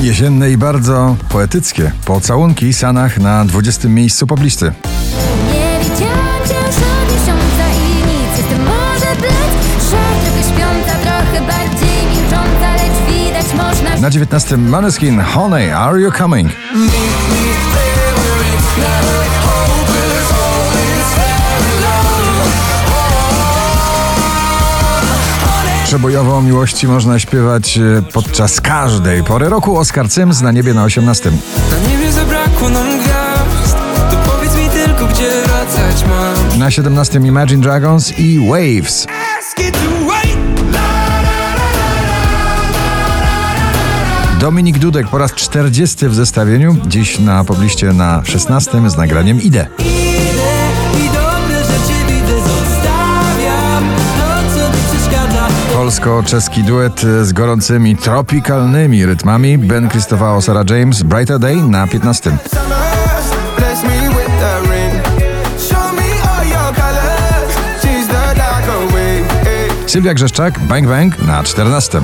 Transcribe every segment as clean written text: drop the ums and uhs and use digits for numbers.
Jesienne i bardzo poetyckie pocałunki Sanach na 20. miejscu poblisty. Nie widziałam cię już od miesiąca i nic. Jestem może blec, trochę śpiąca, trochę bardziej milcząca, lecz widać można. Na 19. Måneskin, Honey, Are You Coming? Przebojowo o miłości można śpiewać podczas każdej pory roku. Oscar Sims na niebie na 18. Na niebie zabrakło nam gwiazd, to powiedz mi tylko, gdzie wracać mam. Na 17. Imagine Dragons i Waves. Dominik Dudek po raz 40 w zestawieniu. Dziś na pobliście na 16. z nagraniem Idę. Polsko-czeski duet z gorącymi, tropikalnymi rytmami. Ben Kristofao, Sarah James, Brighter Day na 15. Sylwia Grzeszczak, Bang Bang na 14.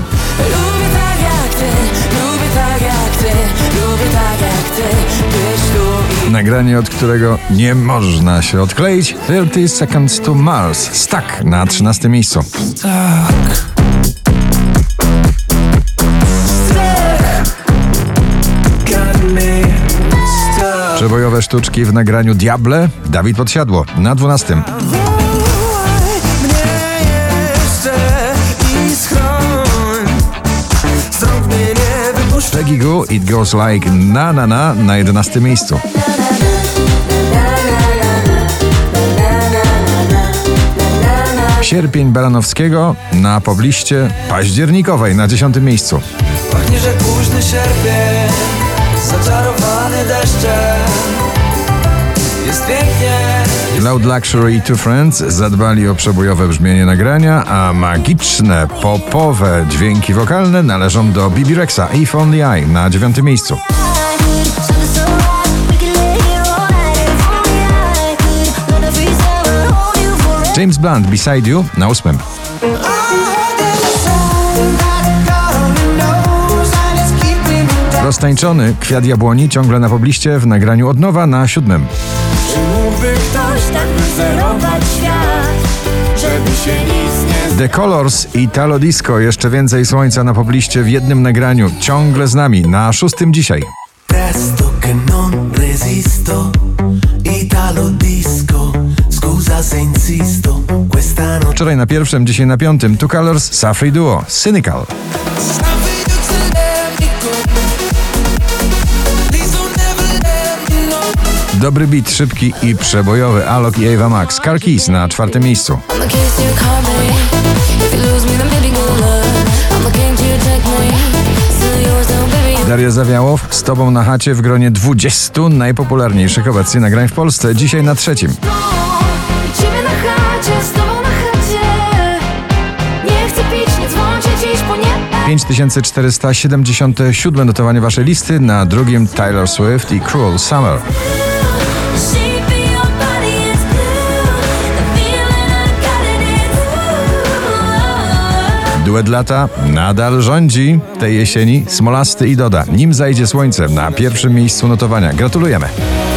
Nagranie, od którego nie można się odkleić. 30 Seconds to Mars. Stuck na 13. miejscu. Przebojowe sztuczki w nagraniu Diable. Dawid Podsiadło na 12. Peggy Gou, It Goes Like Na Na Na na 11. miejscu. Sierpień Baranowskiego na pobliście październikowej na 10. miejscu. Pachnie, że późny sierpień, zaczarowany deszczem. Jest pięknie. Loud Luxury i Two Friends zadbali o przebojowe brzmienie nagrania, a magiczne, popowe dźwięki wokalne należą do Bibi Rexa, If Only I na 9. miejscu. James Blunt, Beside You na 8. Roztańczony Kwiat Jabłoni ciągle na pobliście w nagraniu Od nowa na 7. Czy mógłby ktoś tak wyzerować świat, żeby się nic nie... The Colors i Italo Disco, jeszcze więcej słońca na pobliście w jednym nagraniu, ciągle z nami na 6. dzisiaj. Presto che non resisto, Italo Disco, scusa se insisto, questa notte. Wczoraj na 1., dzisiaj na 5. Two Colors, Safri Duo, Cynical. Dobry beat, szybki i przebojowy Alok i Ava Max, Car Keys na 4. miejscu. Daria Zawiałow, Z tobą na chacie w gronie 20 najpopularniejszych obecnie nagrań w Polsce, dzisiaj na 3. 5477 notowanie waszej listy, na 2. Taylor Swift i Cruel Summer. Duet lata nadal rządzi tej jesieni. Smolasty i Doda, Nim zajdzie słońce na 1. miejscu notowania. Gratulujemy.